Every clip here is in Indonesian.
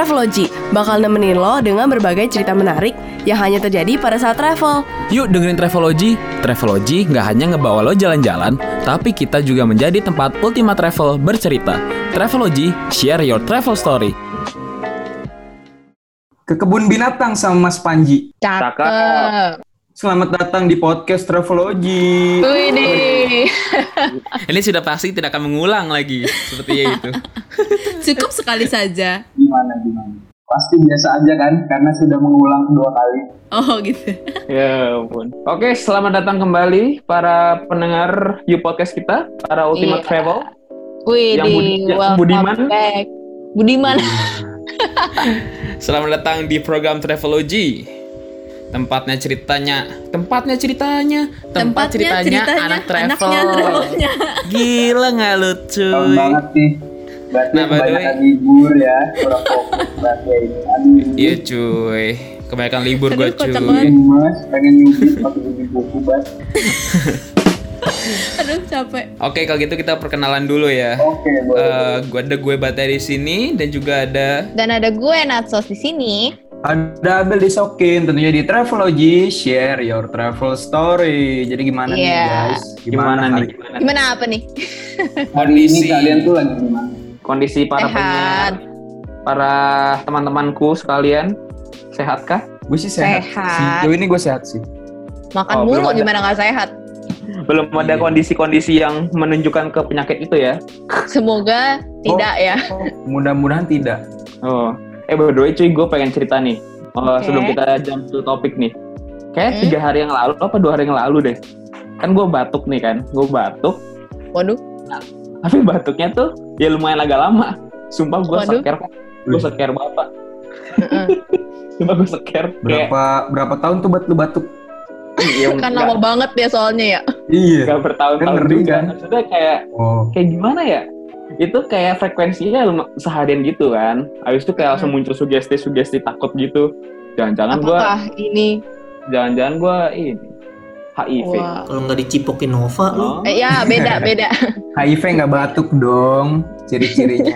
Travelogy bakal nemenin lo dengan berbagai cerita menarik yang hanya terjadi pada saat travel. Yuk dengerin Travelogy. Travelogy nggak hanya ngebawa lo jalan-jalan, tapi kita juga menjadi tempat Ultima Travel bercerita. Travelogy, share your travel story. Ke kebun binatang sama Mas Panji. Cakep. Selamat datang di podcast Travelogy. Widih. Ini sudah pasti tidak akan mengulang lagi seperti itu. Cukup sekali saja. Gimana? Pasti biasa aja kan, karena sudah mengulang 2 kali. Oh gitu. Ya ampun. Oke, selamat datang kembali para pendengar You Podcast kita, para Ultimate Travel. Widih, Budiman. Budiman. Selamat datang di program Travelogy. Tempatnya ceritanya anak travel. Gila nggak lucu? Tahun banget sih. Berarti Nah, by the way, kebanyakan libur ya, kurang fokus berarti ini. Aduh, iya cuy, kebanyakan libur gue kocak cuy. banget. Mas, pengen nyubit pakai buku banget. Aduh capek. Oke, kalau gitu kita perkenalan dulu ya. Oke, boleh. Gue Bata di sini dan juga ada. Dan ada gue Natsos di sini. Ada Abel disokin tentunya di Travelogy, share your travel story. Jadi gimana nih guys? Gimana hari nih? Gimana apa nih? hari ini kalian tuh lagi gimana? Kondisi para pendengar, para teman-temanku sekalian, sehatkah? Gue sih sehat. Sehat. Sejauh ini gue sehat sih. Makan belum mulu ada. gimana gak sehat? Belum ada kondisi-kondisi yang menunjukkan ke penyakit itu ya? Semoga tidak ya. Mudah-mudahan tidak. Oh, by the way cuy, gue pengen cerita nih. Oke. Sebelum kita jump to topik nih. Kayak 3 hari yang lalu, apa 2 hari yang lalu deh. Kan gue batuk nih kan. Gue batuk. Waduh. Tapi batuknya tuh ya lumayan agak lama. Sumpah gue Waduh. seker. Gue seker bapak. Sumpah gue seker. Berapa tahun tuh lu batuk? Kan lama banget ya soalnya ya. Iya. Gak bertahun-tahun Kan ngeri juga. kan? Maksudnya kayak gimana ya? Itu kayak frekuensinya seharian gitu kan. Habis itu kayak langsung muncul sugesti takut gitu. Jangan-jangan Apakah jangan-jangan gue ini HIV. Wah. Kalau nggak dicipokin Nova lu. Ya beda. HIV nggak batuk dong. Ciri-cirinya.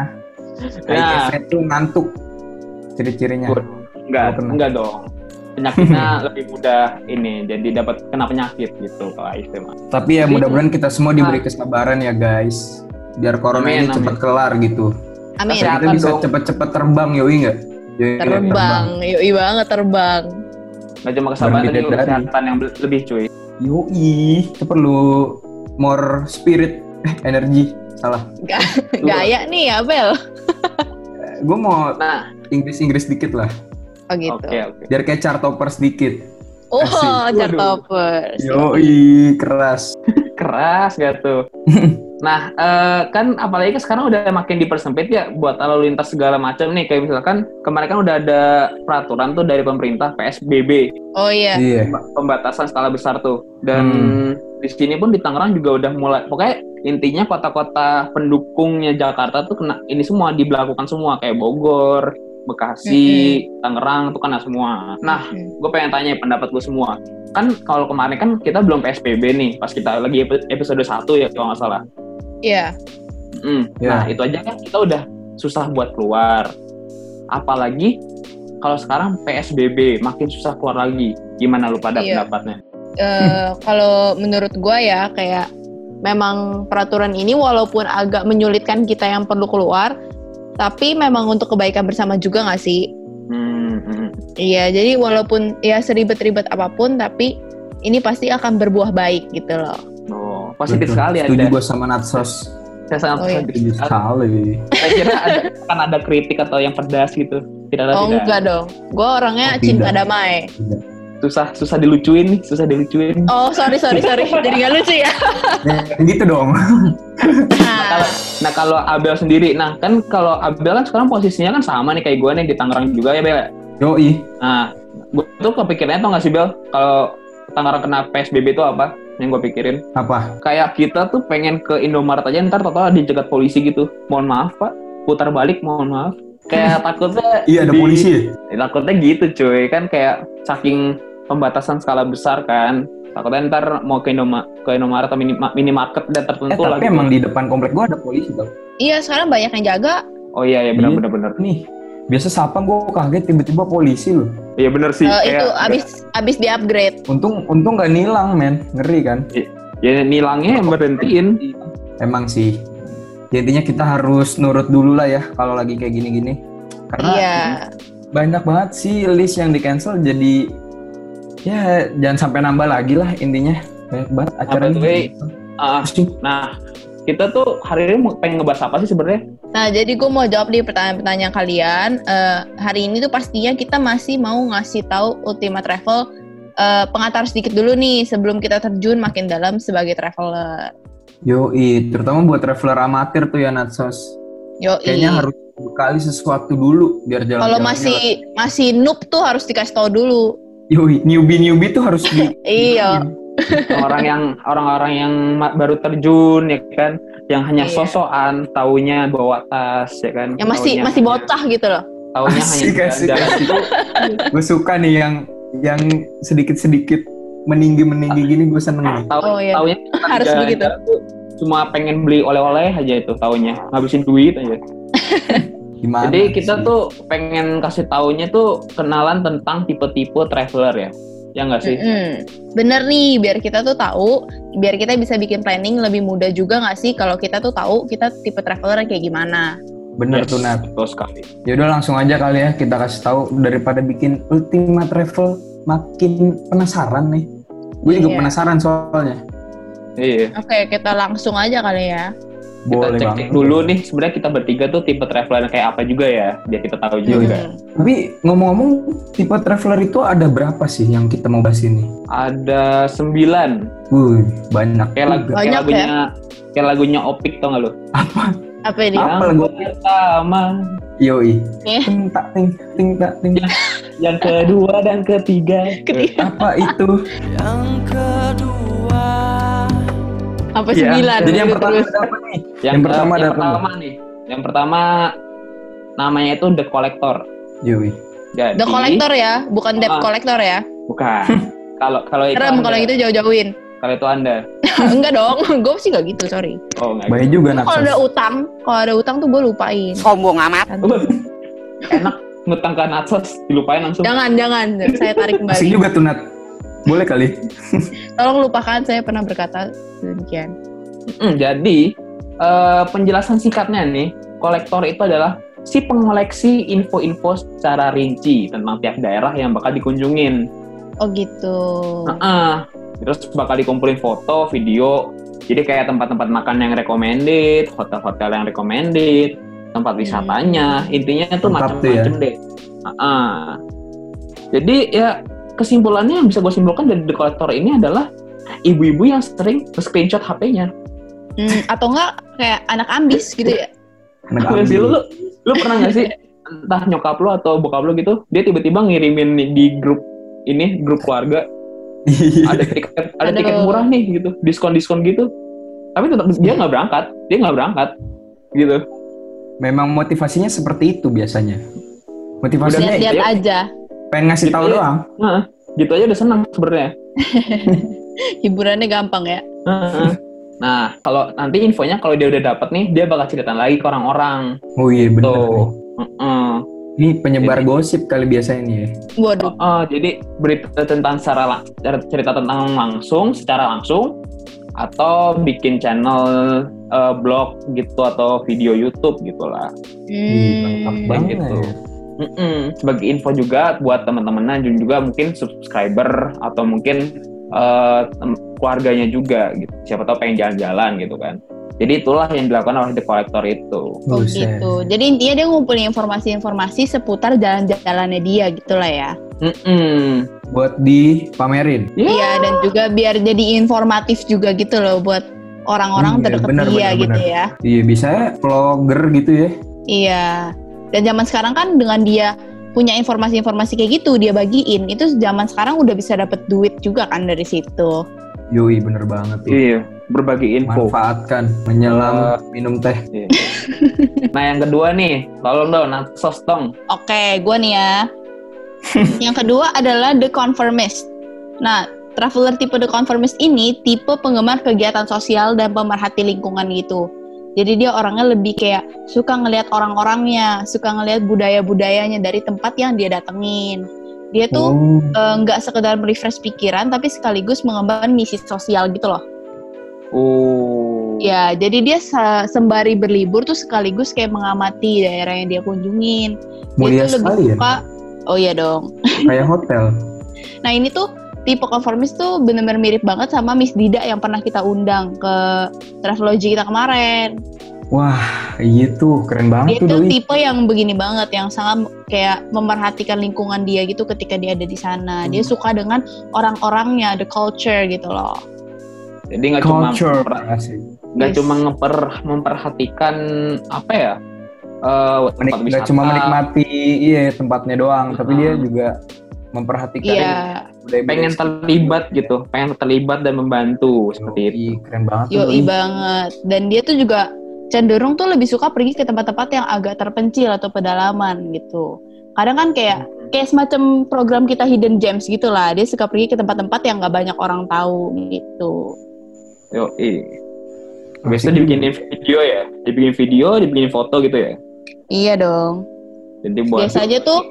Nah. HIV tuh ngantuk. Ciri-cirinya. Enggak dong. Penyakitnya lebih mudah ini, jadi dapat kena penyakit gitu kalau HIV mah. Tapi ya mudah-mudahan kita semua diberi kesabaran ya guys. Biar corona ini cepat kelar gitu. Amin. Biar kita bisa cepet-cepet terbang, yoi nggak? Terbang. Yoi banget terbang. Gak cuma kesabaran, tapi Berbeda dari. kesehatan yang lebih cuy. Yoi, kita perlu more spirit, energi. Salah. Gaya nih ya Bel. Gue mau Nah, Inggris dikit lah. Oh gitu. oke. Biar kayak Chartopers dikit. Oh, Asik. Chartopers. Yoi, keras. Keras gak tuh? Nah, kan apalagi sekarang udah makin dipersempit ya buat lalu lintas segala macam nih. Kayak misalkan kemarin kan udah ada peraturan tuh dari pemerintah PSBB, Oh iya. Iya. pembatasan skala besar tuh. Dan di sini pun di Tangerang juga udah mulai. Pokoknya intinya kota-kota pendukungnya Jakarta tuh kena ini semua diberlakukan semua kayak Bogor, Bekasi, Tangerang tuh kena semua. Nah, gue pengen tanya pendapat gue semua. Kan kalau kemarin kan kita belum PSBB nih, pas kita lagi episode 1 ya kalau nggak salah. Iya. Nah, itu aja kan kita udah susah buat keluar. Apalagi kalau sekarang PSBB makin susah keluar lagi. Gimana lu pada pendapatnya? Kalau menurut gue ya kayak memang peraturan ini walaupun agak menyulitkan kita yang perlu keluar, tapi memang untuk kebaikan bersama juga nggak sih? Iya, jadi walaupun ya seribet-ribet apapun, tapi ini pasti akan berbuah baik gitu loh. Oh, positif Betul. sekali Setuju ada. gue sama Natsos. Saya sangat Oh, iya. Setuju sekali. Saya kira ada kritik atau yang pedas gitu. Tidak ada. Oh enggak dong, gue orangnya Oh, cinta tidak. damai. Susah dilucuin nih, susah dilucuin. Oh sorry, jadi nggak lucu ya. Gitu dong. Nah kalau Abel sendiri, nah kan kalau Abel kan sekarang posisinya kan sama nih kayak gue nih di Tangerang juga ya Bel. Yoi. Nah, gue tuh kepikirannya tau gak sih Bel, kalau Tangerang kena PSBB itu apa yang gue pikirin? Apa? Kayak kita tuh pengen ke Indomaret aja, ntar total dicegat polisi gitu. Mohon maaf Pak, putar balik mohon maaf. Kayak takutnya Iya, ada polisi. takutnya gitu cuy, kan kayak saking pembatasan skala besar kan. Takutnya ntar mau ke Indomaret atau minimarket dan tertentu lah. Tapi emang di depan komplek gua ada polisi tau. Iya sekarang banyak yang jaga. Oh iya benar. Nih, Biasa sapam gue kaget tiba-tiba polisi loh. Iya bener sih. Itu abis di-upgrade. Untung nggak nilang men, ngeri kan? Ya nilangnya yang berhentiin. Emang sih. Ya, intinya kita harus nurut dulu lah ya kalau lagi kayak gini-gini. Karena banyak banget sih list yang di cancel, jadi ya jangan sampai nambah lagi lah intinya. Banyak banget acara ini. Nah, kita tuh hari ini pengen ngebahas apa sih sebenarnya? Nah, jadi gue mau jawab nih pertanyaan-pertanyaan kalian. Hari ini tuh pastinya kita masih mau ngasih tahu Ultima Travel pengantar sedikit dulu nih sebelum kita terjun makin dalam sebagai traveler. Yoi, terutama buat traveler amatir tuh ya Natsos. Yoi. Kayaknya harus bekali sesuatu dulu biar jalan. Kalau masih noob tuh harus dikasih tahu dulu. Yoi, newbie tuh harus di. Iya. Orang-orang yang baru terjun ya kan, yang hanya sosokan, taunya bawa tas ya kan. Yang masih bocah gitu loh. Taunya hanya jalan itu. Gue suka nih yang sedikit-sedikit meninggi gini, gue seneng nih. Taunya harus begitu. Cuma pengen beli oleh-oleh aja itu taunya, ngabisin duit aja. Gimana Jadi kita sih? tuh pengen kasih taunya tuh kenalan tentang tipe-tipe traveler ya. Ya nggak sih? Bener nih, biar kita tuh tahu, biar kita bisa bikin planning lebih mudah juga nggak sih kalau kita tuh tahu kita tipe traveler kayak gimana. Bener tuh Nat. Betul sekali. Yaudah langsung aja kali ya kita kasih tahu daripada bikin Ultima Travel makin penasaran nih. Gue juga penasaran soalnya. Iya. Oke, kita langsung aja kali ya. Boleh kita banget. cek dulu nih sebenarnya kita bertiga tuh tipe traveler kayak apa juga ya, biar kita tahu juga. Tapi ngomong-ngomong tipe traveler itu ada berapa sih yang kita mau bahas ini? Ada 9. Banyak. Kayak lagunya Opik tau gak lo? Apa ini? Apa Yang lagu? pertama, Yoi. Eh. Ting tak ting. yang kedua dan ketiga. Apa itu? Apa Ya, 9? jadi yang pertama ada apa nih? Yang pertama ada apa? Yang pertama namanya itu The Collector. Yoi. Jadi, The Collector ya, bukan Debt Collector ya. Bukan. Kalau itu Serem kalau gitu jauh-jauhin. Kalau itu Anda. Enggak dong, gue sih gak gitu, sorry. Oh, enggak. Bahaya juga Kalau ada utang tuh gue lupain. Sombong amat. Enak ngutang ke Natsos dilupain langsung. Jangan, saya tarik Asik kembali. juga tuh Nat. Boleh kali. Tolong lupakan saya pernah berkata demikian. Jadi penjelasan singkatnya nih, kolektor itu adalah si pengoleksi info-info secara rinci tentang tiap daerah yang bakal dikunjungin. Oh gitu. Terus bakal dikumpulin foto, video. Jadi kayak tempat-tempat makan yang recommended, hotel-hotel yang recommended, tempat wisatanya. Intinya itu macam-macam deh. Jadi ya kesimpulannya yang bisa gue simpulkan dari The Collector ini adalah ibu-ibu yang sering screenshot HP-nya. Atau enggak kayak anak ambis gitu ya? Lu pernah nggak sih entah nyokap lu atau bokap lu gitu, dia tiba-tiba ngirimin di grup keluarga ada tiket murah nih gitu, diskon gitu, tapi tetap dia nggak berangkat gitu. Memang motivasinya seperti itu biasanya. Motivasinya lihat aja. Pengen ngasih tahu doang. Gitu aja udah senang sebenarnya. Hiburannya gampang ya. Nah, kalau nanti infonya kalau dia udah dapat nih, dia bakal ceritain lagi ke orang-orang. Oh iya benar. Ini penyebar Jadi, gosip kali biasa ini ya. Waduh. Jadi berita tentang cerita tentang secara langsung, atau bikin channel blog gitu atau video YouTube gitulah. Mantap banget gitu. ya. Sebagai info juga buat teman-teman dan juga mungkin subscriber atau mungkin keluarganya juga gitu. Siapa tahu pengen jalan-jalan gitu kan. Jadi itulah yang dilakukan oleh The Collector itu. Oh gitu. Jadi intinya dia ngumpulin informasi-informasi seputar jalan-jalannya dia gitulah ya. Buat dipamerin. Iya, dan juga biar jadi informatif juga gitu loh buat orang-orang terdekat dia gitu ya. Iya, bisa ya vlogger gitu ya. Iya. Dan zaman sekarang kan dengan dia punya informasi-informasi kayak gitu dia bagiin, itu zaman sekarang udah bisa dapet duit juga kan dari situ. Yoi, bener banget tuh. Iya, berbagi info. Manfaatkan, menyelam, minum teh. Iya. Nah, yang kedua nih, tolong dong, Natsos dong. Oke, gue nih ya. Yang kedua adalah The Conformist. Nah, traveler tipe The Conformist ini tipe penggemar kegiatan sosial dan pemerhati lingkungan gitu. Jadi dia orangnya lebih kayak suka ngelihat orang-orangnya, suka ngelihat budaya-budayanya dari tempat yang dia datengin. Dia tuh nggak sekedar merefresh pikiran, tapi sekaligus mengemban misi sosial gitu loh. Ya, jadi dia sembari berlibur tuh sekaligus kayak mengamati daerah yang dia kunjungin. Mulia dia tuh sekali lebih suka, oh iya dong. Kayak hotel. Nah ini tuh tipe konformis tuh benar-benar mirip banget sama Miss Dida yang pernah kita undang ke Travelogy kita kemarin. Wah, iya tuh keren banget dia tuh. Dia tuh tipe yang begini banget, yang sangat kayak memperhatikan lingkungan dia gitu ketika dia ada di sana. Dia suka dengan orang-orangnya, the culture gitu loh. Jadi nggak cuma memperhatikan apa ya? Nggak cuma menikmati tempatnya doang, tapi dia juga memperhatikan. Pengen terlibat gitu, pengen terlibat dan membantu seperti itu. Keren banget. Yoi banget. Dan dia tuh juga cenderung tuh lebih suka pergi ke tempat-tempat yang agak terpencil atau pedalaman gitu. Kadang kan kayak semacam program kita Hidden Gems gitu lah. Dia suka pergi ke tempat-tempat yang nggak banyak orang tahu gitu. Yoi. Biasanya dibikin video ya, dibikin foto gitu ya. Iya dong. Jadi buat biasa aja tuh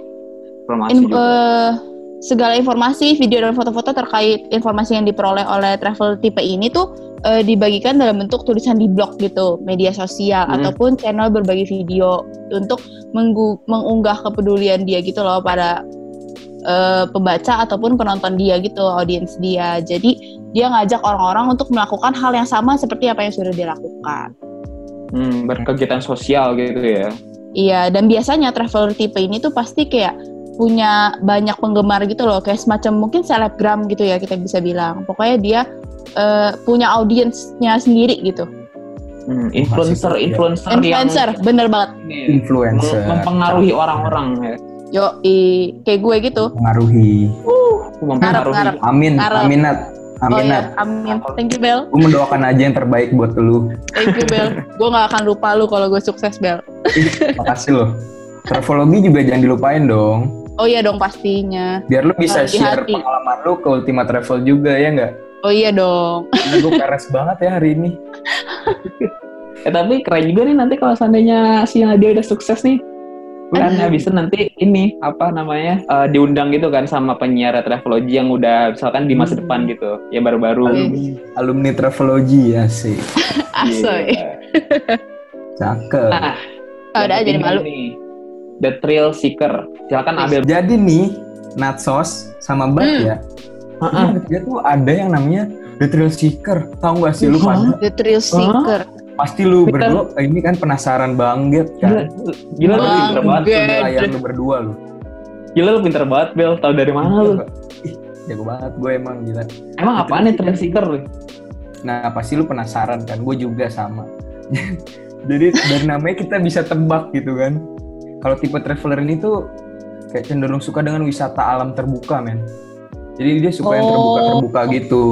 segala informasi, video dan foto-foto terkait informasi yang diperoleh oleh travel tipe ini tuh dibagikan dalam bentuk tulisan di blog gitu, media sosial ataupun channel berbagi video untuk mengunggah kepedulian dia gitu loh pada pembaca ataupun penonton dia gitu, audiens dia. Jadi dia ngajak orang-orang untuk melakukan hal yang sama seperti apa yang sudah dia lakukan. Berkegiatan sosial gitu ya. Iya, dan biasanya traveler tipe ini tuh pasti kayak punya banyak penggemar gitu loh, kayak semacam mungkin selebgram gitu ya kita bisa bilang. Pokoknya dia punya audiensnya sendiri gitu. Influencer yang bener banget. Influencer mempengaruhi orang-orang ya. Kayak gue gitu. Mempengaruhi. Ngarep. Aminat. Oh iya, amin. Thank you, Bel. Gue mendoakan aja yang terbaik buat lu. Thank you, Bel. Gue gak akan lupa lu kalau gue sukses, Bel. Makasih loh. Travelogy juga jangan dilupain dong. Oh iya dong, pastinya. Biar lu bisa share pengalaman lu ke Ultima Travel juga, ya nggak? Oh iya dong. Nah, gue peres banget ya hari ini. Tapi keren juga nih nanti kalau seandainya si Nadia udah sukses nih. Kan habis itu nanti ini diundang gitu kan sama penyiar Travelogy yang udah misalkan di masa depan gitu, yang baru-baru. Alumni Travelogy ya sih. Asoy. Cakep. Nah, udah aja malu. The Thrill Seeker. Silakan Abel. Jadi nih, Natsos sama Bat ya. Dia tuh ada yang namanya The Thrill Seeker. Tahu nggak sih lu pada? The Thrill Seeker. Pasti lu berdua ini kan penasaran banget kan. Gila lu pinter banget lu berdua lu. Gila lu pinter banget, Bel. Tahu dari mana lu? Jago banget gue emang gila. Emang apaan nih Thrill Seeker lu? Nah, pasti lu penasaran kan. Gue juga sama. Jadi dari namanya kita bisa tebak gitu kan. Kalau tipe traveler ini tuh kayak cenderung suka dengan wisata alam terbuka, men. Jadi dia suka yang terbuka-terbuka gitu.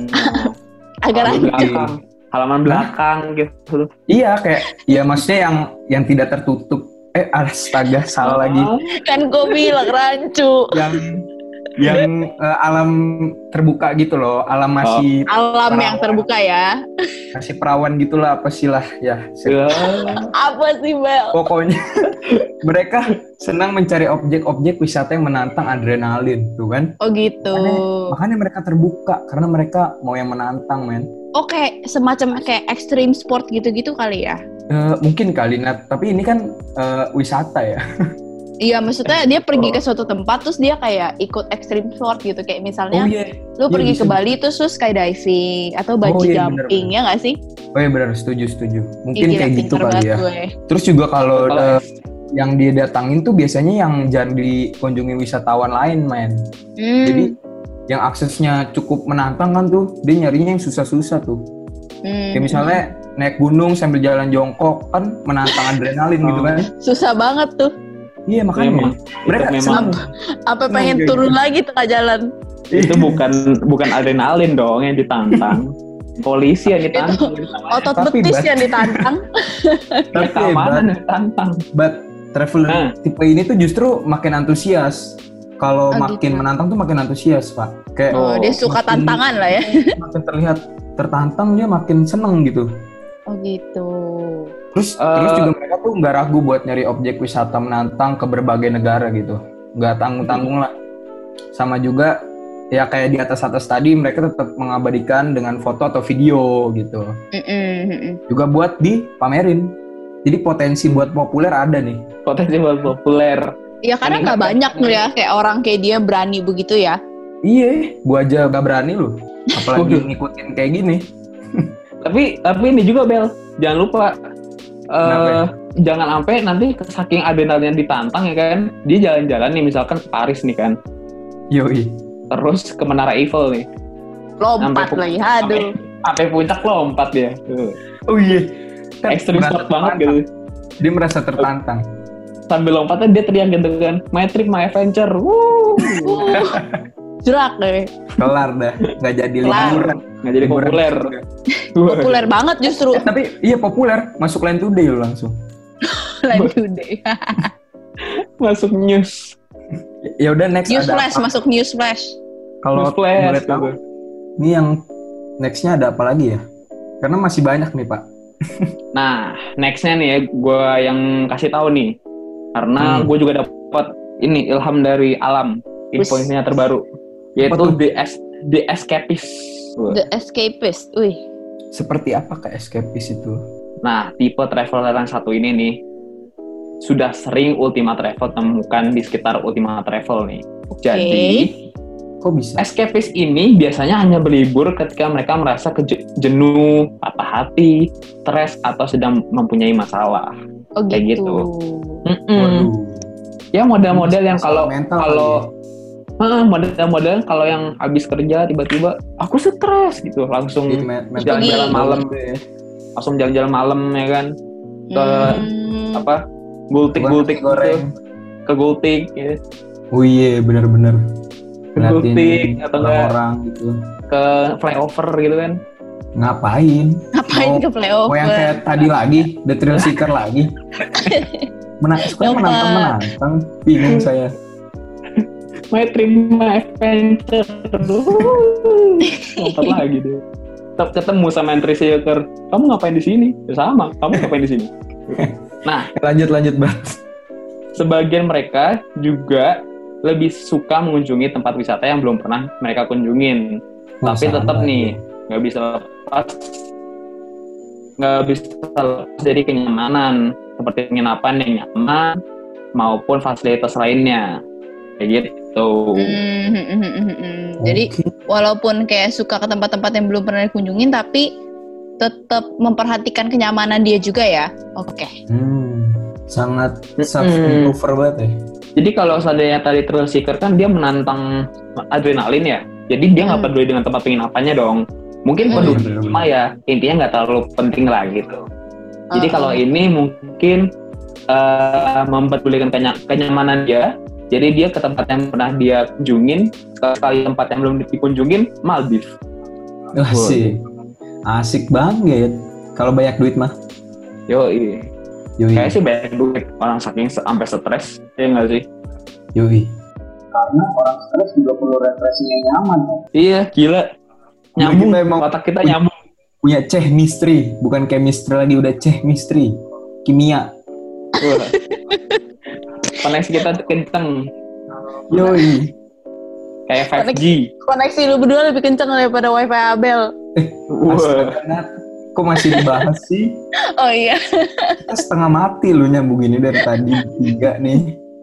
Agak halaman belakang gitu. Iya, kayak ya maksudnya yang tidak tertutup. Astaga, salah lagi. Kan gue bilang rancu. Yang alam terbuka gitu loh, alam masih alam perawan. Yang terbuka ya. Masih perawan gitulah, apa sih lah ya. Apa sih, Bel? Pokoknya mereka senang mencari objek-objek wisata yang menantang adrenalin, tuh kan? Oh gitu. Makanya mereka terbuka karena mereka mau yang menantang, men. Oke, semacam kayak extreme sport gitu-gitu kali ya? Mungkin kali, Nat. Tapi ini kan wisata ya. Iya, maksudnya dia pergi ke suatu tempat terus dia kayak ikut extreme sport gitu, kayak misalnya lu pergi ke Bali terus skydiving atau bungee jumping, ya nggak sih? Oh iya benar, setuju. Mungkin kayak gitu kali ya. Gue. Terus juga kalau yang dia datangin tuh biasanya yang jarang dikunjungi wisatawan lain, men. Jadi yang aksesnya cukup menantang kan tuh, dia nyarinya yang susah-susah tuh. Kayak misalnya naik gunung sambil jalan jongkok kan menantang adrenalin gitu kan. Susah banget tuh. Iya makanya mereka senang. Apa pengen turun lagi tengah jalan? Itu bukan adrenalin dong yang ditantang. Polisi yang ditantang. Otot betis yang ditantang. Tapi keamanan yang ditantang. But traveler tipe ini tuh justru makin antusias. Kalau makin menantang tuh makin antusias, Pak. Kayak dia suka tantangan lah ya. Makin terlihat tertantang dia makin seneng gitu. Oh gitu. Terus juga mereka tuh nggak ragu buat nyari objek wisata menantang ke berbagai negara gitu. Nggak tanggung-tanggung lah. Sama juga ya kayak di atas tadi mereka tetap mengabadikan dengan foto atau video gitu. Juga buat dipamerin. Jadi potensi buat populer ada nih. Potensi buat populer. Ya karena nggak banyak loh ya kayak orang kayak dia berani begitu ya. Iya, gua aja gak berani loh. Apalagi ngikutin kayak gini. Tapi ini juga Bel, jangan lupa jangan sampai nanti saking adrenalinnya ditantang ya kan, dia jalan-jalan nih misalkan ke Paris nih kan. Yoi. Terus ke Menara Eiffel nih. Lompat lagi, aduh. Sampai puncak lompat dia. Oh iya. Ekstrim sport banget gitu. Dia merasa tertantang. Sambil lompatnya dia teriak gitu kan, my trip, my adventure. Jerak deh. Kelar dah, nggak jadi liburan. Nggak jadi populer. Populer banget justru. Tapi iya populer, masuk Line Today lo langsung. Line Today. Masuk news. Ya udah next news ada flash, apa? masuk news flash. Kalau boleh tahu, ini yang nextnya ada apa lagi ya? Karena masih banyak nih Pak. Nah, nextnya nih ya, gue yang kasih tahu nih. Karena gue juga dapat ini ilham dari alam. Infonya terbaru. Yaitu The Escapist. The Escapist, wih. Seperti apa ke Escapist itu? Nah, tipe traveler yang satu ini nih, sudah sering Ultima Travel temukan di sekitar Ultima Travel nih. Jadi, kok bisa? Escapist ini biasanya hanya berlibur ketika mereka merasa jenuh, patah hati, stres, atau sedang mempunyai masalah. Oh gitu. Kayak gitu. Ya model-model yang kalau model-model kalau yang habis kerja tiba-tiba aku stres gitu langsung jalan-jalan malam deh. Langsung jalan-jalan malam ya kan ke gultik gitu. Ke gultik ya. Oh iya benar-benar. Ke gultik atau enggak orang gitu. Ke flyover gitu kan. Ngapain ke flyover? Mau yang kayak tadi lagi, The Thrill Seeker lagi. Menantang, bingung saya. My trip, my adventure. Lompat lagi deh. Tetap ketemu sama entry seeker. Kamu ngapain di sini? Ya sama, kamu ngapain di sini? Nah, lanjut banget. Sebagian mereka juga lebih suka mengunjungi tempat wisata yang belum pernah mereka kunjungin. Tapi tetap nih, nggak bisa lepas dari kenyamanan seperti penginapan yang nyaman maupun fasilitas lainnya. Kayak gitu. Jadi walaupun kayak suka ke tempat-tempat yang belum pernah dikunjungin, tapi tetap memperhatikan kenyamanan dia juga ya. Oke. Sangat self-improver banget ya. Jadi kalau seandainya tadi thrill seeker kan dia menantang adrenalin ya. Jadi dia nggak peduli dengan tempat penginapannya dong. Mungkin peduli cuma ya intinya nggak terlalu penting lah gitu. Jadi kalau ini mungkin mempedulikan kenyamanan dia. Jadi dia ke tempat yang pernah dia kunjungin, sekali tempat yang belum dikunjungin, Maldives. Asik banget. Kalau banyak duit mah. Yoi. Kayaknya sih banyak duit. Orang saking sampai stres, ya nggak sih? Yoi. Karena orang stres juga perlu refreshing yang nyaman. Iya, gila. Nyambung, otak kita nyambung. Punya chemistry, bukan chemistry lagi, udah chemistry. Kimia. Koneksi kita kenceng. Yoi. Kayak 5G. Koneksi lu berdua lebih kenceng daripada wifi Abel. Kok masih dibahas sih? Oh iya. Kita setengah mati lu nyambung ini dari tadi 3 nih.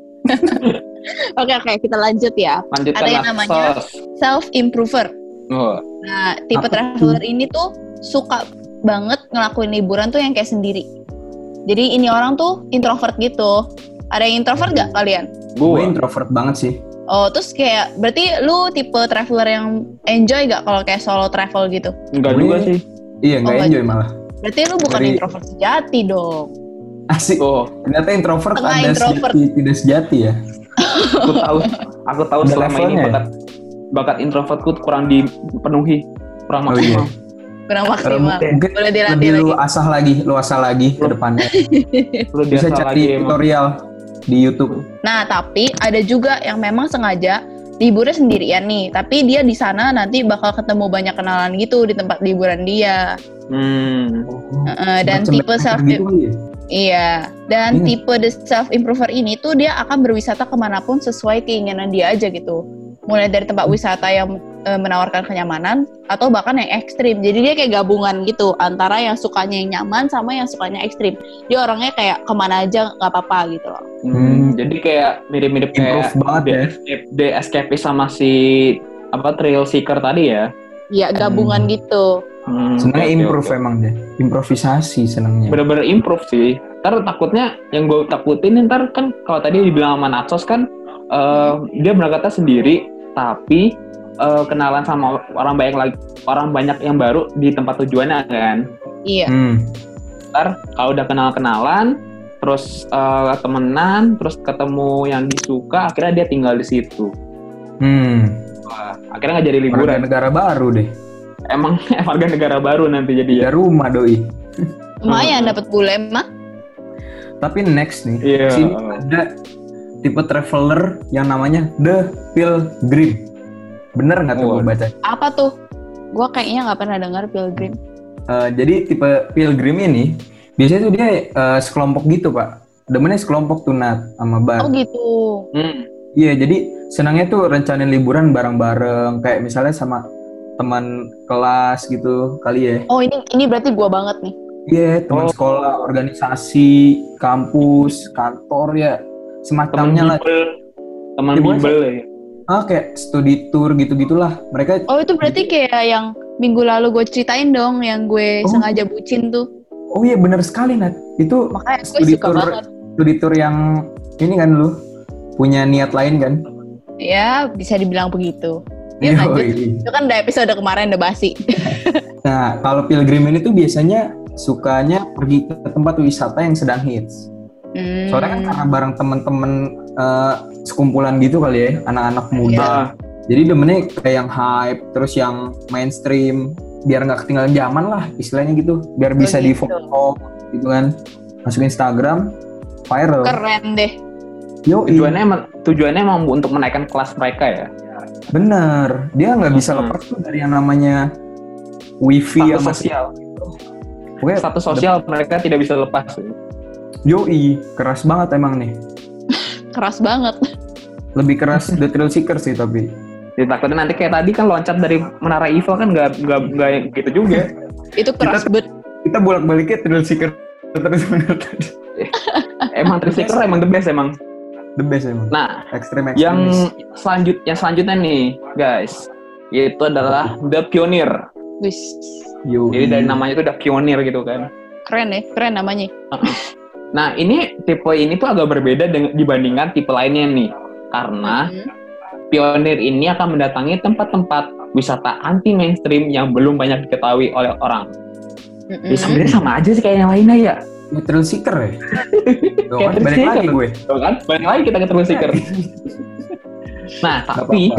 Oke, kita lanjut ya. Lanjutkan. Ada yang namanya self-improver. Nah, tipe traveler ini tuh suka banget ngelakuin liburan tuh yang kayak sendiri. Jadi ini orang tuh introvert gitu. Ada yang introvert gak kalian? Gue introvert banget sih. Oh, terus kayak berarti lu tipe traveler yang enjoy gak kalau kayak solo travel gitu? Enggak juga sih. Iya, enggak enjoy malah. Berarti lu bukan introvert sejati dong. Asik. Ternyata introvert ada sejati, tidak sejati ya. Aku tahu selama ini bakat introvertku kurang dipenuhi, kurang maksimal. Kurang maksimal. Mungkin boleh dilatih lagi. Lu asah lagi ke depannya. Lu bisa cari tutorial di YouTube. Nah, tapi ada juga yang memang sengaja liburnya sendirian nih, tapi dia di sana nanti bakal ketemu banyak kenalan gitu di tempat liburan dia. Dan tipe self tipe the self improver ini tuh dia akan berwisata kemanapun sesuai keinginan dia aja gitu. Mulai dari tempat wisata yang menawarkan kenyamanan atau bahkan yang ekstrim. Jadi dia kayak gabungan gitu antara yang sukanya yang nyaman sama yang sukanya ekstrim. Dia orangnya kayak kemana aja nggak apa-apa gitu loh. Jadi kayak mirip-mirip kayak The Escapist sama si Thrill Seeker tadi ya. Iya, gabungan gitu. Senangnya improve emang deh. Improvisasi senangnya. Bener-bener improve sih. Ntar takutnya yang gue takutin ntar kan kalau tadi dibilang sama Natsos kan dia berangkatnya sendiri tapi kenalan sama orang banyak yang baru di tempat tujuannya kan. Iya. Ntar kalau udah kenalan terus temenan terus ketemu yang disuka akhirnya dia tinggal di situ. Wah, akhirnya nggak jadi liburan. Warga negara baru deh. Emang warga negara baru nanti jadi ya. Rumah doi. Lumayan dapat bule mah. Tapi next nih, sini ada tipe traveler yang namanya The Pilgrim. Bener nggak tuh gue baca? Apa tuh? Gue kayaknya nggak pernah dengar Pilgrim. Jadi tipe Pilgrim ini biasanya tuh dia sekelompok gitu pak. Demennya sekelompok tuh Nat sama Bar. Oh gitu. Iya, jadi senangnya tuh rencanain liburan bareng-bareng, kayak misalnya sama teman kelas gitu kali ya. Oh ini berarti gue banget nih. Iya, teman sekolah, organisasi, kampus, kantor ya, semacamnya lah. Teman bimbel ya. Kayak studi tour gitu-gitulah. Mereka. Oh itu berarti kayak yang minggu lalu gue ceritain dong, yang gue sengaja bucin tuh. Oh iya benar sekali Nat. Itu makanya gue suka banget. Studi tour yang ini kan lu punya niat lain kan? Ya bisa dibilang begitu. Ya lanjut. Itu kan udah episode kemarin udah basi. Nah kalau Pilgrim ini tuh biasanya sukanya pergi ke tempat wisata yang sedang hits. Soalnya kan karena bareng temen-temen sekumpulan gitu kali ya, anak-anak muda. Jadi demennya kayak yang hype, terus yang mainstream, biar nggak ketinggalan zaman lah istilahnya gitu, biar bisa di foto gitu kan, masuk Instagram, viral. Keren deh. Tujuannya emang untuk menaikkan kelas mereka ya. Bener, dia nggak bisa lepas tuh dari yang namanya wifi status sosial. Status sosial mereka tidak bisa lepas. Yoi, keras banget emang nih. Keras banget. Lebih keras The Thrill Seeker sih tapi. Takutnya nanti kayak tadi kan loncat dari Menara Eiffel kan nggak gitu juga. Itu keras banget. Kita bolak-baliknya Thrill Seeker terus bener tadi. Emang Thrill Seeker emang the best emang. The best emang. Nah, yang selanjutnya nih, guys, itu adalah The Pioneer. Wis. Jadi dari namanya itu udah pionir gitu kan. Keren ya, keren namanya. Nah, tipe ini tuh agak berbeda dibandingkan tipe lainnya nih. Karena pionir ini akan mendatangi tempat-tempat wisata anti mainstream yang belum banyak diketahui oleh orang. Ya sebenarnya sama aja sih kayak yang lainnya ya. Thrill Seeker ya? Kayak balik lagi gue. Kan? Balik lagi kita ke Thrill Seeker. Nah, tapi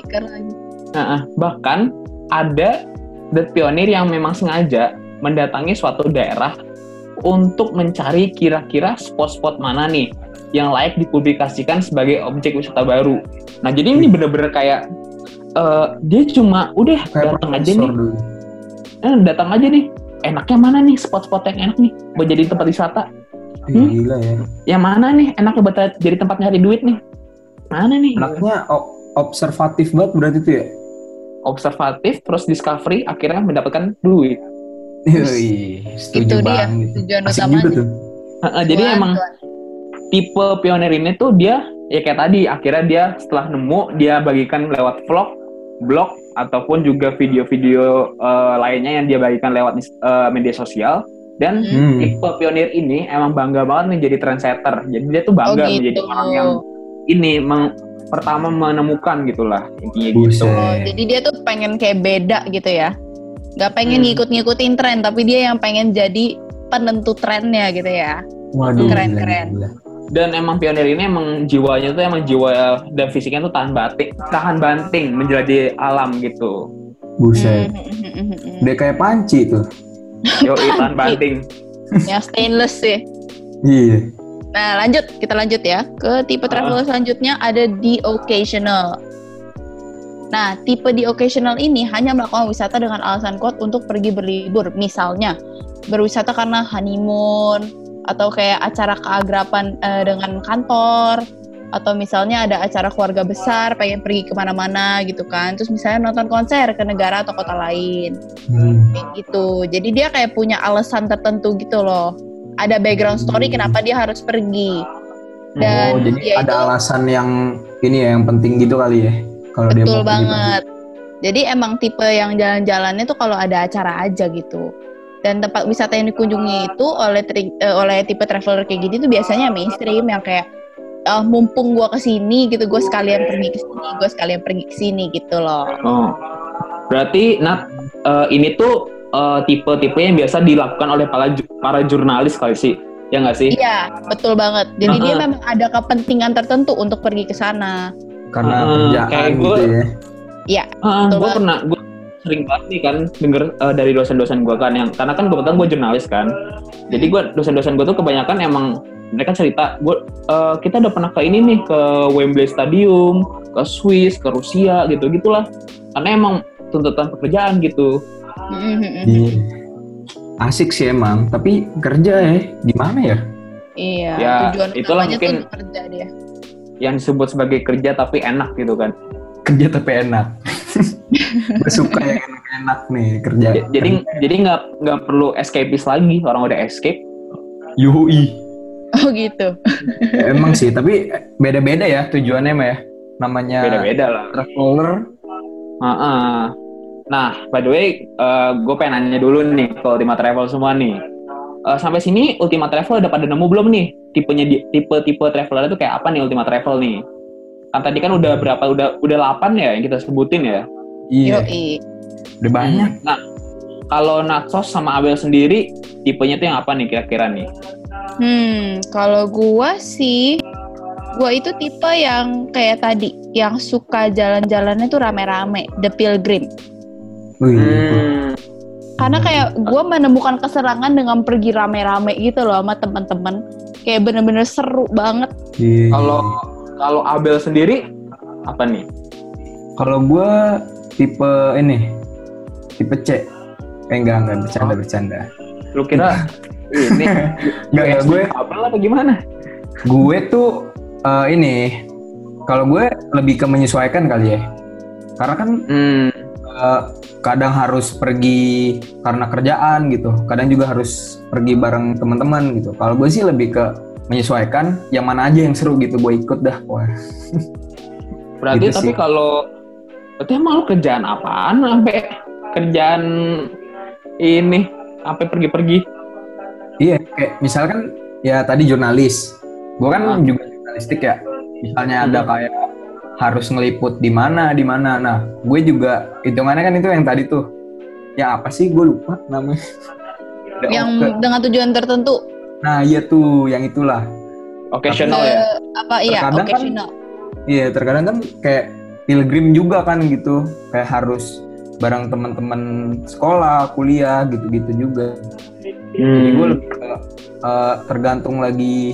bahkan ada The Pioneer yang memang sengaja mendatangi suatu daerah untuk mencari kira-kira spot-spot mana nih yang layak dipublikasikan sebagai objek wisata baru. Nah, jadi ini bener-bener kayak dia cuma udah datang aja nih. Datang aja nih. Enaknya mana nih spot-spot yang enak nih buat jadi tempat wisata? Gila ya. Yang mana nih enaknya buat jadi tempat nyari duit nih? Mana nih? Enaknya observatif banget berarti tuh ya? Observatif, terus discovery, akhirnya mendapatkan duit. Setuju banget. Tujuan utamanya. Jadi emang tipe pionir ini tuh dia ya kayak tadi, akhirnya dia setelah nemu dia bagikan lewat vlog, blog ataupun juga video-video lainnya yang dia bagikan lewat media sosial. Dan tipe pionir ini emang bangga banget nih jadi trendsetter. Jadi dia tuh bangga menjadi orang yang ini pertama menemukan gitulah intinya gitu. Jadi dia tuh pengen kayak beda gitu ya. Gak pengen ngikut-ngikutin tren, tapi dia yang pengen jadi penentu trennya gitu ya. Waduh, keren. Dan emang pionir ini emang jiwanya tuh emang jiwa dan fisiknya tuh tahan banting menjelajahi alam gitu. Buset. Dia kayak panci tuh. Yoi, tahan banting. Yang stainless sih. Iya. Nah kita lanjut ya ke tipe traveler selanjutnya ada The Occasional. Nah, tipe di occasional ini hanya melakukan wisata dengan alasan kuat untuk pergi berlibur. Misalnya, berwisata karena honeymoon, atau kayak acara keagrapan dengan kantor, atau misalnya ada acara keluarga besar, pengen pergi kemana-mana gitu kan. Terus misalnya nonton konser ke negara atau kota lain. Kayak gitu. Jadi dia kayak punya alasan tertentu gitu loh. Ada background story kenapa dia harus pergi. Dan jadi ada alasan yang ini ya, yang penting gitu kali ya. Kalau dia betul mau banget. Jadi emang tipe yang jalan-jalannya tuh kalau ada acara aja gitu. Dan tempat wisata yang dikunjungi itu oleh tipe traveler kayak gini tuh biasanya mainstream yang kayak mumpung gue kesini gitu, gue sekalian pergi kesini, gue sekalian pergi kesini gitu loh. Oh, berarti ini tuh tipe-tipe yang biasa dilakukan oleh para jurnalis kali sih, ya nggak sih? Iya, betul banget. Jadi dia memang ada kepentingan tertentu untuk pergi ke sana. Karena kerjaan gitu ya. Iya. Gue sering banget nih kan denger dari dosen-dosen gue kan, yang karena kan kebetulan gue jurnalis kan. Jadi dosen-dosen gue tuh kebanyakan emang mereka cerita, kita udah pernah ke ini nih, ke Wembley Stadium, ke Swiss, ke Rusia gitu-gitulah. Karena emang tuntutan pekerjaan gitu. Asik sih emang, tapi kerja ya gimana ya? Iya, ya, tujuan itulah utamanya mungkin tuh kerja dia. Yang disebut sebagai kerja tapi enak gitu kan. Kerja tapi enak. Gue suka yang enak-enak nih kerja. Jadi nggak perlu escapist lagi, orang udah escape. Yui. Oh gitu. Emang sih, tapi beda-beda ya tujuannya mah ya. Namanya beda-beda lah. Traveler. Nah, by the way, gue pengen nanya dulu nih ke Ultima Travel semua nih. Sampai sini Ultima Travel udah pada nemu belum nih tipe traveler itu kayak apa nih Ultima Travel nih? Kan tadi kan udah berapa? Udah 8 ya yang kita sebutin ya. Iya. Udah banyak. Nah, kalau Natsos sama Abel sendiri tipenya tuh yang apa nih kira-kira nih? Kalau gua itu tipe yang kayak tadi, yang suka jalan-jalannya tuh rame-rame, the pilgrim. Karena kayak gue menemukan keserangan dengan pergi rame-rame gitu loh sama teman-teman. Kayak bener-bener seru banget. Kalau Abel sendiri apa nih? Kalau gue tipe C. Enggak bercanda. Lu kira ini enggak gue Abel apa gimana? Gue tuh kalau gue lebih ke menyesuaikan kali ya. Karena kan kadang harus pergi karena kerjaan gitu, kadang juga harus pergi bareng teman-teman gitu. Kalau gue sih lebih ke menyesuaikan, yang mana aja yang seru gitu gue ikut dah. Wah. Berarti gitu tapi berarti emang lu kerjaan apaan sampai kerjaan ini sampai pergi-pergi? Iya, kayak misalkan ya tadi jurnalis, gue kan juga jurnalistik ya. Misalnya ada kayak harus ngeliput di mana. Nah, gue juga hitungannya kan itu yang tadi tuh. Ya apa sih, gue lupa namanya. Yang dengan tujuan tertentu. Nah, iya tuh, yang itulah. Occasional ya? Occasional. Iya, terkadang kan kayak pilgrim juga kan gitu. Kayak harus bareng teman-teman sekolah, kuliah, gitu-gitu juga. Jadi gue lebih tergantung lagi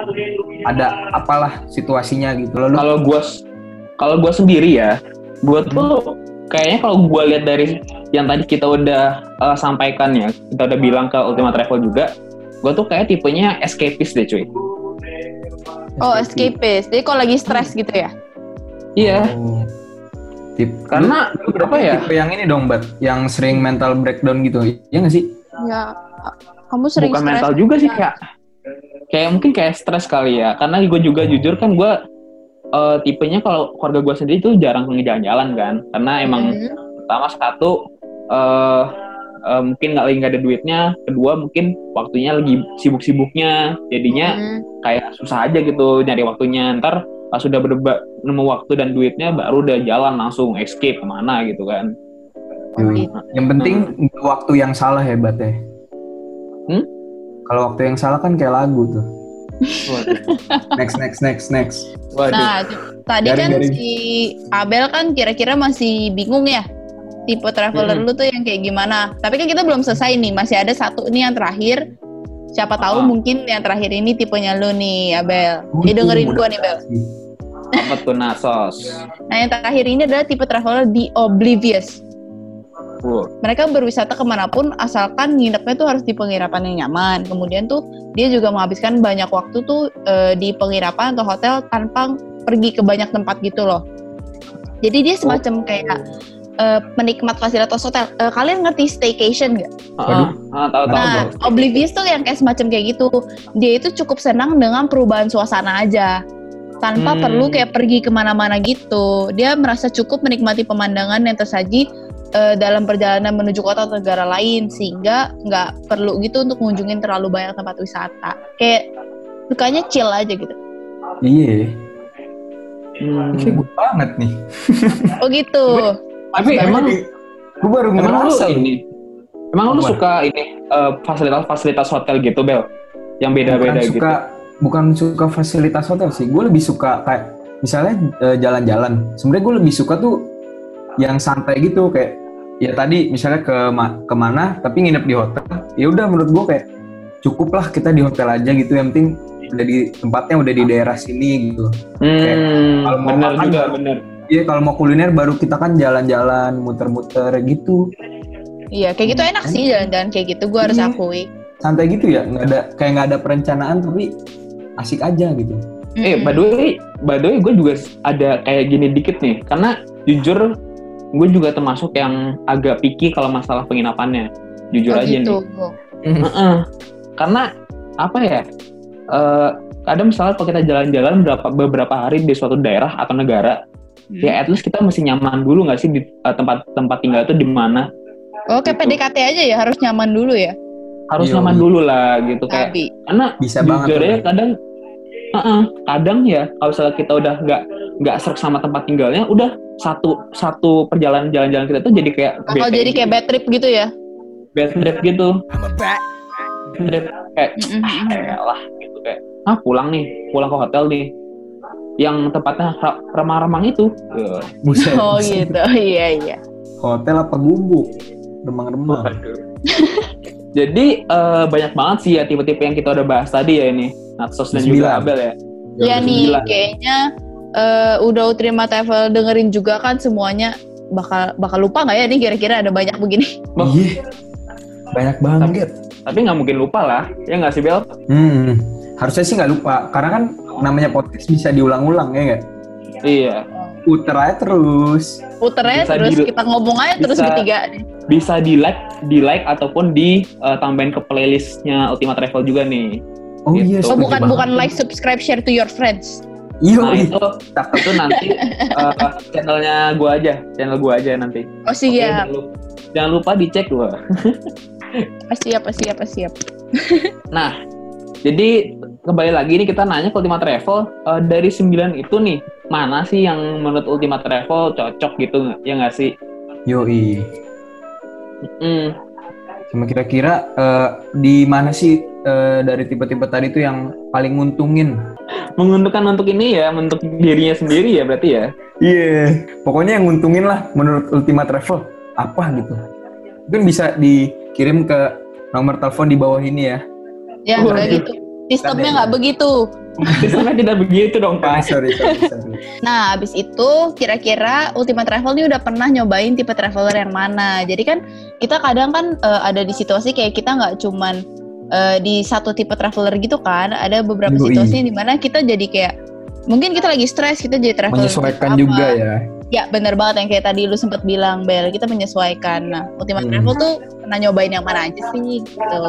ada apalah situasinya gitu. Kalau gue sendiri ya, gue tuh kayaknya kalau gue lihat dari yang tadi kita udah sampaikan ya, kita udah bilang ke Ultima Travel juga, gue tuh kayak tipenya escapist deh cuy. Escapist. Jadi kalau lagi stres gitu ya? Iya. Karena apa ya? Tipe yang ini dong, Bat, yang sering mental breakdown gitu, iya nggak sih? Ya, kamu sering bukan stres. Mental juga sih, kayak mungkin kayak stres kali ya. Karena gue juga jujur kan gue tipenya kalau keluarga gue sendiri tuh jarang jalan-jalan kan, karena emang pertama satu mungkin nggak ada duitnya, kedua mungkin waktunya lagi sibuk-sibuknya, jadinya kayak susah aja gitu nyari waktunya. Ntar pas sudah nemu waktu dan duitnya baru udah jalan langsung escape kemana gitu kan. Yang penting waktu yang salah hebat ya. Kalau waktu yang salah kan kayak lagu tuh. Next. Waduh. Nah, tadi garing. Si Abel kan kira-kira masih bingung ya tipe traveler lu tuh yang kayak gimana. Tapi kan kita belum selesai nih, masih ada satu nih yang terakhir. Siapa tahu mungkin yang terakhir ini tipenya lu nih, Abel. Dengerin gua nih, Bel. Apa tuh Nasos? Nah, yang terakhir ini adalah tipe traveler The Oblivious. Mereka berwisata kemanapun asalkan nginepnya tuh harus di penginapan yang nyaman. Kemudian tuh dia juga menghabiskan banyak waktu tuh di penginapan atau hotel tanpa pergi ke banyak tempat gitu loh. Jadi dia semacam kayak penikmat fasilitas hotel. Kalian ngerti staycation nggak? Tahu. Nah, Oblivious tuh yang kayak semacam kayak gitu. Dia itu cukup senang dengan perubahan suasana aja, tanpa perlu kayak pergi kemana-mana gitu. Dia merasa cukup menikmati pemandangan yang tersaji dalam perjalanan menuju kota atau negara lain, sehingga nggak perlu gitu untuk mengunjungin terlalu banyak tempat wisata. Kayak sukanya chill aja gitu. Iya. Kayak gue banget nih. Oh gitu. Tapi emang gue baru ngerasa ini. Emang lu suka ini fasilitas hotel gitu, Bel? Yang beda-beda gitu. Bukan suka fasilitas hotel sih. Gue lebih suka kayak misalnya jalan-jalan. Sebenarnya gue lebih suka tuh yang santai gitu, kayak ya tadi misalnya kemana tapi nginep di hotel. Ya udah, menurut gue kayak cukup lah kita di hotel aja gitu. Yang penting udah di tempatnya, udah di daerah sini gitu. Kalau mau bener makan juga, bener. Iya, kalau mau kuliner baru kita kan jalan-jalan, muter-muter gitu. Iya, kayak gitu enak sih jalan-jalan kayak gitu. Gue harus akui. Santai gitu ya, nggak ada perencanaan tapi asik aja gitu. By the way, gue juga ada kayak gini dikit nih, karena jujur gue juga termasuk yang agak picky kalau masalah penginapannya. Jujur aja gitu. Nih. Karena apa ya? Kadang misalnya kalau kita jalan-jalan beberapa hari di suatu daerah atau negara, ya at least kita mesti nyaman dulu nggak sih di tempat tinggal itu di mana? Oh, kayak gitu. PDKT aja ya, harus nyaman dulu ya? Harus nyaman dulu lah gitu kayak. Karena bisa jujur banget. Kadang ya kalau misalnya kita udah nggak serk sama tempat tinggalnya, udah satu perjalanan jalan-jalan kita tuh jadi kayak bakal jadi kayak bad trip gitu ya? Bad trip gitu. Kayak lah gitu kayak pulang ke hotel nih yang tempatnya remang-remang itu. Buset. Oh gitu, iya. Hotel apa gubuk? Remang-remang. Jadi banyak banget sih ya tipe-tipe yang kita udah bahas tadi ya ini. Natsos dan juga Abel ya. Iya nih, kayaknya udah Ultima Travel dengerin juga kan semuanya, bakal lupa nggak ya nih kira-kira ada banyak begini? Iya, banyak banget. Tapi nggak mungkin lupa lah, ya nggak sih Bel? Harusnya sih nggak lupa, karena kan namanya podcast bisa diulang-ulang ya nggak? Iya. Puter aja terus. Kita ngomong aja terus bertiga nih. Bisa di like ataupun ditambahin ke playlistnya Ultima Travel juga nih. Oh gitu. Iya. Oh bukan like, subscribe, share to your friends. Iya. Nah itu nanti channel gua aja nanti. Oh siap. Jangan lupa dicek gua. Siap. Nah, jadi kembali lagi nih kita nanya ke Ultima Travel, dari 9 itu nih, mana sih yang menurut Ultima Travel cocok gitu, ya nggak sih? Yoi. Cuma kira-kira di mana sih dari tipe-tipe tadi tuh yang paling nguntungin? Menguntungkan untuk ini ya, untuk dirinya sendiri ya berarti ya? Iya, pokoknya yang nguntungin lah menurut Ultima Travel, apa gitu. Mungkin bisa dikirim ke nomor telepon di bawah ini ya. Ya, udah gitu. Sistemnya nggak begitu. Sistemnya tidak begitu dong, Pak. Sorry. Nah, abis itu kira-kira Ultima Travel ini udah pernah nyobain tipe traveler yang mana? Jadi kan kita kadang kan ada di situasi kayak kita nggak cuman di satu tipe traveler gitu kan. Ada beberapa situasi di mana kita jadi kayak mungkin kita lagi stres, kita jadi traveler. Menyesuaikan juga ya. Ya benar banget yang kayak tadi lu sempat bilang, Bel, kita menyesuaikan. Nah, Ultima Travel tuh pernah nyobain yang mana aja sih gitu.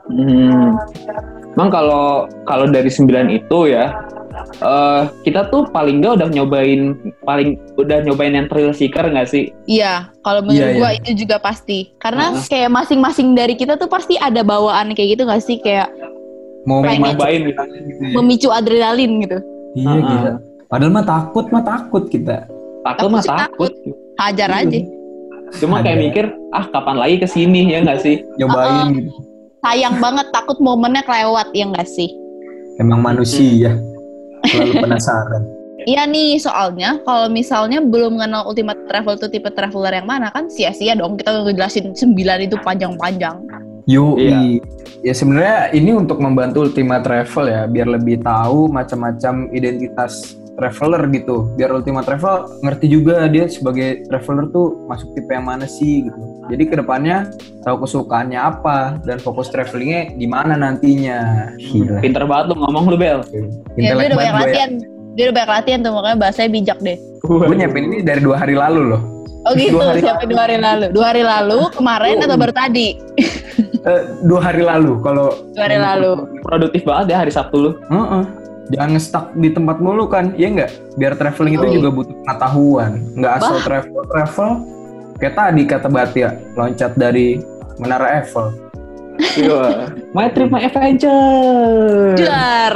Emang kalau dari 9 itu ya, kita tuh paling nggak udah nyobain yang thrill seeker nggak sih? Iya, kalau menurut gua itu juga pasti. Karena kayak masing-masing dari kita tuh pasti ada bawaan kayak gitu nggak sih, kayak mau nyobain gitu. Memicu adrenalin gitu. Iya gitu. Padahal mah takut kita. Takut. Hajar aja. Cuma kayak mikir, kapan lagi kesini ya nggak sih? Nyobain gitu. Sayang banget, takut momennya kelewat ya nggak sih? Emang manusia selalu penasaran. Iya nih, soalnya kalau misalnya belum mengenal Ultima Travel tuh tipe traveler yang mana kan sia-sia dong kita ngejelasin 9 itu panjang-panjang. Yoi. Ya sebenarnya ini untuk membantu Ultima Travel ya, biar lebih tahu macam-macam identitas traveler gitu. Biar Ultima Travel ngerti juga dia sebagai traveler tuh masuk tipe yang mana sih gitu. Jadi kedepannya tahu kesukaannya apa dan fokus travelingnya gimana nantinya. Gila. Pinter banget lu ngomong lu, Bel. Ya, dia udah banyak latihan. Dia udah banyak latihan tuh, makanya bahasanya bijak deh. Gue nyiapin ini dari 2 hari lalu loh. Oh gitu, siapin 2 hari lalu. 2 hari lalu, kemarin atau baru tadi? 2 hari lalu. Kalau 2 hari lalu. Produktif banget ya hari Sabtu lu. Jangan nge-stuck di tempat mulu kan, iya nggak? Biar traveling itu juga butuh pengetahuan. Nggak asal travel. Kayak tadi kata Batia, loncat dari Menara Eiffel. Iya. My trip, my adventure. Jar.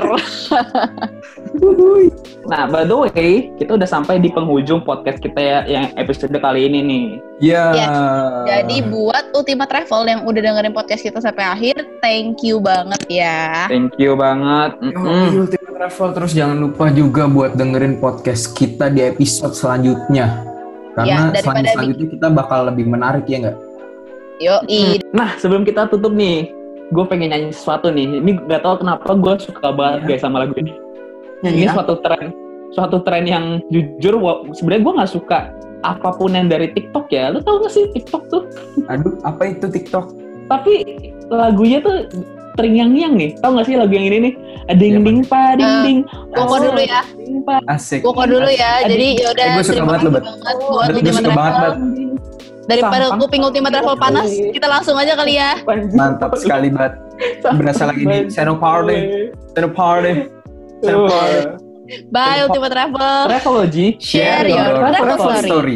Nah, by the way, kita udah sampai di penghujung podcast kita ya, yang episode kali ini nih. Iya. Yes. Jadi buat Ultima Travel yang udah dengerin podcast kita sampai akhir, thank you banget ya. Thank you banget. Ultima Travel, terus jangan lupa juga buat dengerin podcast kita di episode selanjutnya. Karena selanjutnya kita bakal lebih menarik, ya nggak? Yoi. Nah, sebelum kita tutup nih, gue pengen nyanyi sesuatu nih. Ini gak tau kenapa gue suka banget guys sama lagu ini. Ini suatu tren yang jujur, sebenarnya gue nggak suka apapun yang dari TikTok ya. Lu tau gak sih TikTok tuh? Aduh, apa itu TikTok? Tapi lagunya tuh terngiang-ngiang nih. Tau gak sih lagu yang ini nih? Ding-ding pa ding-ding. Koko dulu ya. Asik. Koko dulu ya. Jadi yaudah. Gue suka banget loh, buat Ultima Travel. Daripada kuping Ultima Travel panas, kita langsung aja kali ya. Mantap sekali, Bat. Berasa lagi di Senopardé. Bye Ultima Travel. Travelogy, share your travel story.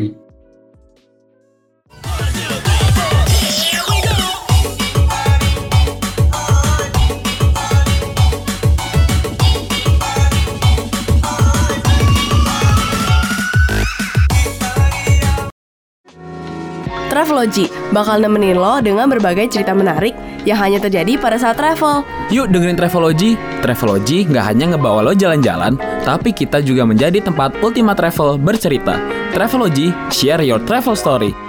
Travelogy bakal nemenin lo dengan berbagai cerita menarik yang hanya terjadi pada saat travel. Yuk dengerin Travelogy. Travelogy nggak hanya ngebawa lo jalan-jalan, tapi kita juga menjadi tempat Ultima Travel bercerita. Travelogy, share your travel story.